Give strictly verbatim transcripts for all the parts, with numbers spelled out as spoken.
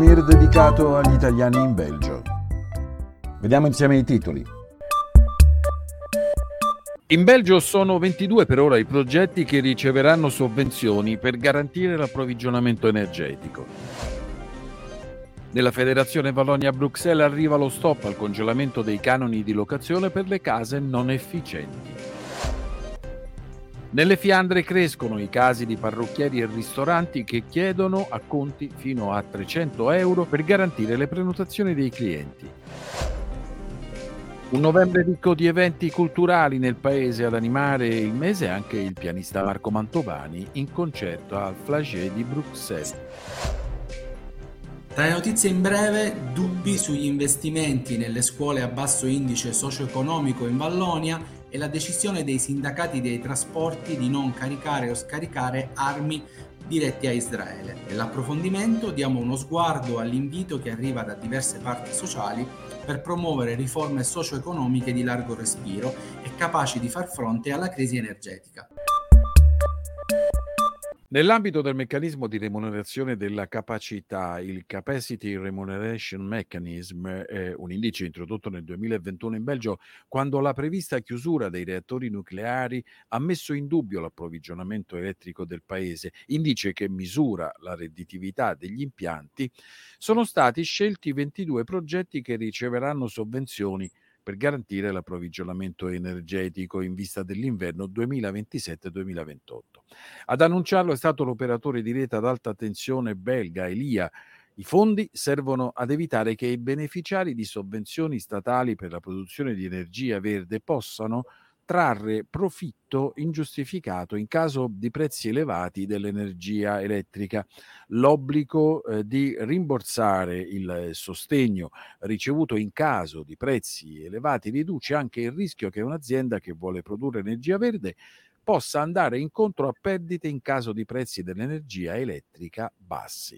souvenir dedicato agli italiani in Belgio. Vediamo insieme i titoli. In Belgio sono ventidue per ora i progetti che riceveranno sovvenzioni per garantire l'approvvigionamento energetico. Nella Federazione Vallonia-Bruxelles arriva lo stop al congelamento dei canoni di locazione per le case non efficienti. Nelle Fiandre crescono i casi di parrucchieri e ristoranti che chiedono acconti fino a trecento euro per garantire le prenotazioni dei clienti. Un novembre ricco di eventi culturali nel paese. Ad animare il mese anche il pianista Marco Mantovani in concerto al Flagey di Bruxelles. Tra le notizie in breve, dubbi sugli investimenti nelle scuole a basso indice socio-economico in Vallonia e la decisione dei sindacati dei trasporti di non caricare o scaricare armi diretti a Israele. Nell'approfondimento diamo uno sguardo all'invito che arriva da diverse parti sociali per promuovere riforme socio-economiche di largo respiro e capaci di far fronte alla crisi energetica. Nell'ambito del meccanismo di remunerazione della capacità, il Capacity Remuneration Mechanism è un indice introdotto nel duemilaventuno in Belgio quando la prevista chiusura dei reattori nucleari ha messo in dubbio l'approvvigionamento elettrico del paese, indice che misura la redditività degli impianti. Sono stati scelti ventidue progetti che riceveranno sovvenzioni per garantire l'approvvigionamento energetico in vista dell'inverno duemilaventisette duemilaventotto. Ad annunciarlo è stato l'operatore di rete ad alta tensione belga Elia. I fondi servono ad evitare che i beneficiari di sovvenzioni statali per la produzione di energia verde possano trarre profitto ingiustificato in caso di prezzi elevati dell'energia elettrica. L'obbligo eh, di rimborsare il sostegno ricevuto in caso di prezzi elevati riduce anche il rischio che un'azienda che vuole produrre energia verde possa andare incontro a perdite in caso di prezzi dell'energia elettrica bassi.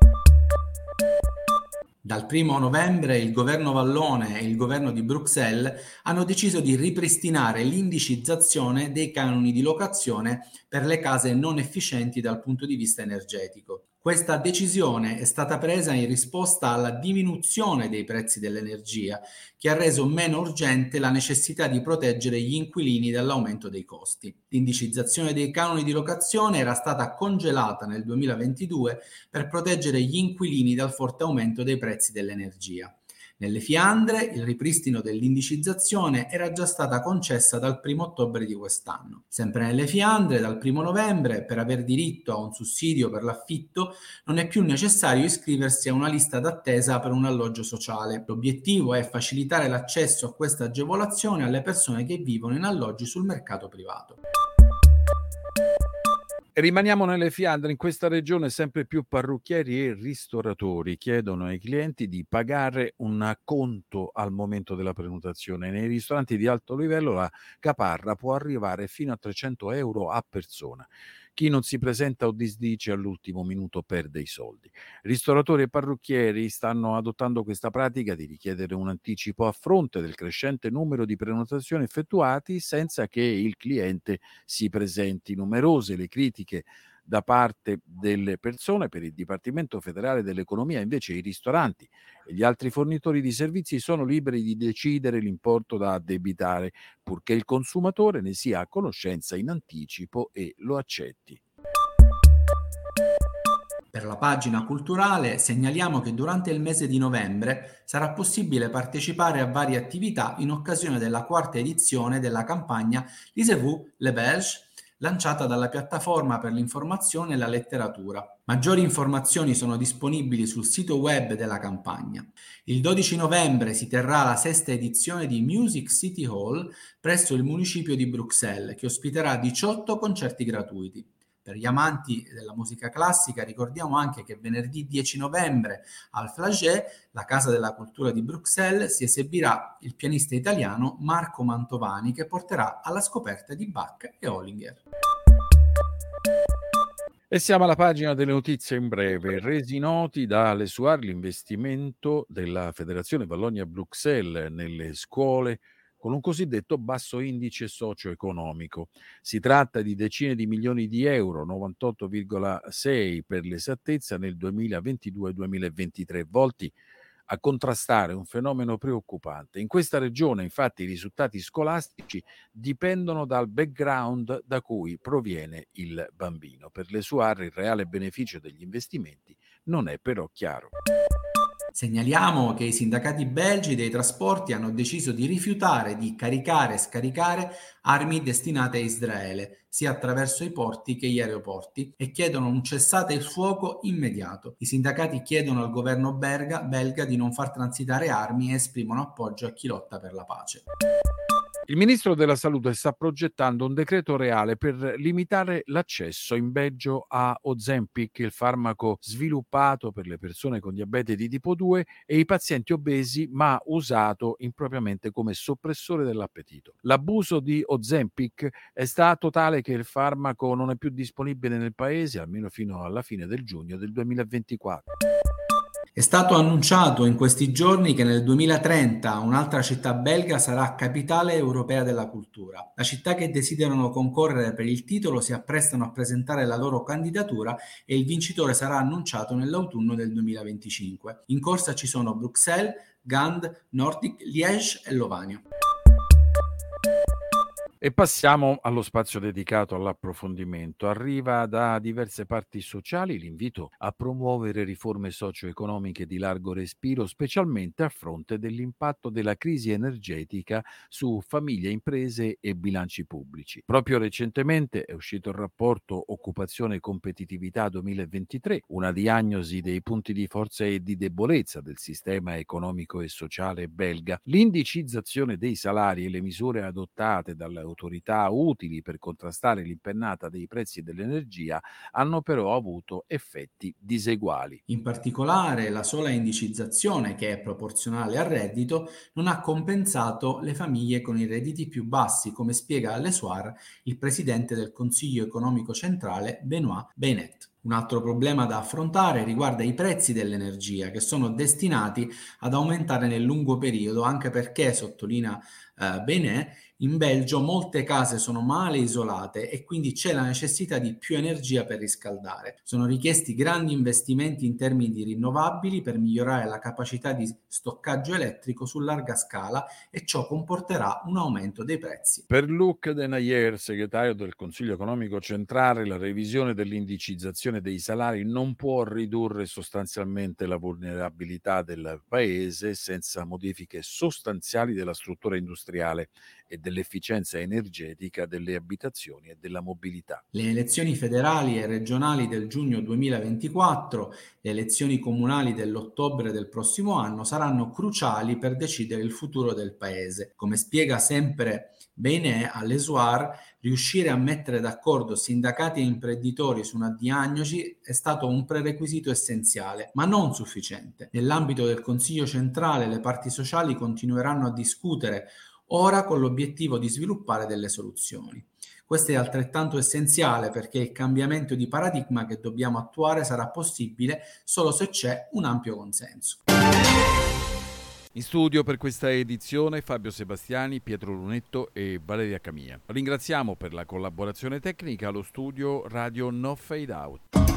Dal primo novembre il governo vallone e il governo di Bruxelles hanno deciso di ripristinare l'indicizzazione dei canoni di locazione per le case non efficienti dal punto di vista energetico. Questa decisione è stata presa in risposta alla diminuzione dei prezzi dell'energia, che ha reso meno urgente la necessità di proteggere gli inquilini dall'aumento dei costi. L'indicizzazione dei canoni di locazione era stata congelata nel duemilaventidue per proteggere gli inquilini dal forte aumento dei prezzi dell'energia. Nelle Fiandre il ripristino dell'indicizzazione era già stata concessa dal primo ottobre di quest'anno. Sempre nelle Fiandre, dal primo novembre, per aver diritto a un sussidio per l'affitto, non è più necessario iscriversi a una lista d'attesa per un alloggio sociale. L'obiettivo è facilitare l'accesso a questa agevolazione alle persone che vivono in alloggi sul mercato privato. Rimaniamo nelle Fiandre. In questa regione sempre più parrucchieri e ristoratori chiedono ai clienti di pagare un acconto al momento della prenotazione. Nei ristoranti di alto livello la caparra può arrivare fino a trecento euro a persona. Chi non si presenta o disdice all'ultimo minuto perde i soldi. Ristoratori e parrucchieri stanno adottando questa pratica di richiedere un anticipo a fronte del crescente numero di prenotazioni effettuati senza che il cliente si presenti. Numerose le critiche da parte delle persone. Per il Dipartimento federale dell'economia invece i ristoranti e gli altri fornitori di servizi sono liberi di decidere l'importo da addebitare, purché il consumatore ne sia a conoscenza in anticipo e lo accetti. Per la pagina culturale segnaliamo che durante il mese di novembre sarà possibile partecipare a varie attività in occasione della quarta edizione della campagna Lisez-vous les Belges, lanciata dalla piattaforma per l'informazione e la letteratura. Maggiori informazioni sono disponibili sul sito web della campagna. Il dodici novembre si terrà la sesta edizione di Music City Hall presso il municipio di Bruxelles, che ospiterà diciotto concerti gratuiti. Per gli amanti della musica classica ricordiamo anche che venerdì dieci novembre al Flagey, la Casa della Cultura di Bruxelles, si esibirà il pianista italiano Marco Mantovani, che porterà alla scoperta di Bach e Hollinger. E siamo alla pagina delle notizie in breve. Resi noti da Lesuar l'investimento della Federazione Vallonia-Bruxelles nelle scuole con un cosiddetto basso indice socio-economico. Si tratta di decine di milioni di euro, novantotto virgola sei per l'esattezza, nel duemilaventidue duemilaventitré, volti a contrastare un fenomeno preoccupante. In questa regione, infatti, i risultati scolastici dipendono dal background da cui proviene il bambino. Per le SUAR il reale beneficio degli investimenti non è però chiaro. Segnaliamo che i sindacati belgi dei trasporti hanno deciso di rifiutare di caricare e scaricare armi destinate a Israele, sia attraverso i porti che gli aeroporti, e chiedono un cessate il fuoco immediato. I sindacati chiedono al governo belga, belga di non far transitare armi e esprimono appoggio a chi lotta per la pace. Il ministro della Salute sta progettando un decreto reale per limitare l'accesso in Belgio a Ozempic, il farmaco sviluppato per le persone con diabete di tipo due e i pazienti obesi, ma usato impropriamente come soppressore dell'appetito. L'abuso di Ozempic è stato tale che il farmaco non è più disponibile nel paese, almeno fino alla fine del giugno del duemilaventiquattro. È stato annunciato in questi giorni che nel duemilatrenta un'altra città belga sarà capitale europea della cultura. La città che desiderano concorrere per il titolo si apprestano a presentare la loro candidatura e il vincitore sarà annunciato nell'autunno del duemilaventicinque. In corsa ci sono Bruxelles, Gand, Nordic, Liège e Lovanio. E passiamo allo spazio dedicato all'approfondimento. Arriva da diverse parti sociali l'invito a promuovere riforme socio-economiche di largo respiro, specialmente a fronte dell'impatto della crisi energetica su famiglie, imprese e bilanci pubblici. Proprio recentemente è uscito il rapporto Occupazione e Competitività duemilaventitré, una diagnosi dei punti di forza e di debolezza del sistema economico e sociale belga. L'indicizzazione dei salari e le misure adottate dalle autorità utili per contrastare l'impennata dei prezzi dell'energia hanno però avuto effetti diseguali. In particolare, la sola indicizzazione, che è proporzionale al reddito, non ha compensato le famiglie con i redditi più bassi, come spiega alle SUAR il presidente del Consiglio economico centrale Benoît Beinet. Un altro problema da affrontare riguarda i prezzi dell'energia, che sono destinati ad aumentare nel lungo periodo, anche perché, sottolinea eh, Beinet, in Belgio molte case sono male isolate e quindi c'è la necessità di più energia per riscaldare. Sono richiesti grandi investimenti in termini di rinnovabili per migliorare la capacità di stoccaggio elettrico su larga scala e ciò comporterà un aumento dei prezzi. Per Luc Denayer, segretario del Consiglio economico centrale, la revisione dell'indicizzazione dei salari non può ridurre sostanzialmente la vulnerabilità del paese senza modifiche sostanziali della struttura industriale e dell'efficienza energetica delle abitazioni e della mobilità. Le elezioni federali e regionali del giugno duemilaventiquattro, le elezioni comunali dell'ottobre del prossimo anno saranno cruciali per decidere il futuro del paese. Come spiega sempre Beinet alle SUAR, riuscire a mettere d'accordo sindacati e imprenditori su una diagnosi è stato un prerequisito essenziale, ma non sufficiente. Nell'ambito del Consiglio centrale le parti sociali continueranno a discutere, ora con l'obiettivo di sviluppare delle soluzioni. Questo è altrettanto essenziale perché il cambiamento di paradigma che dobbiamo attuare sarà possibile solo se c'è un ampio consenso. In studio per questa edizione Fabio Sebastiani, Pietro Lunetto e Valeria Camia. Ringraziamo per la collaborazione tecnica lo studio Radio No Fade Out.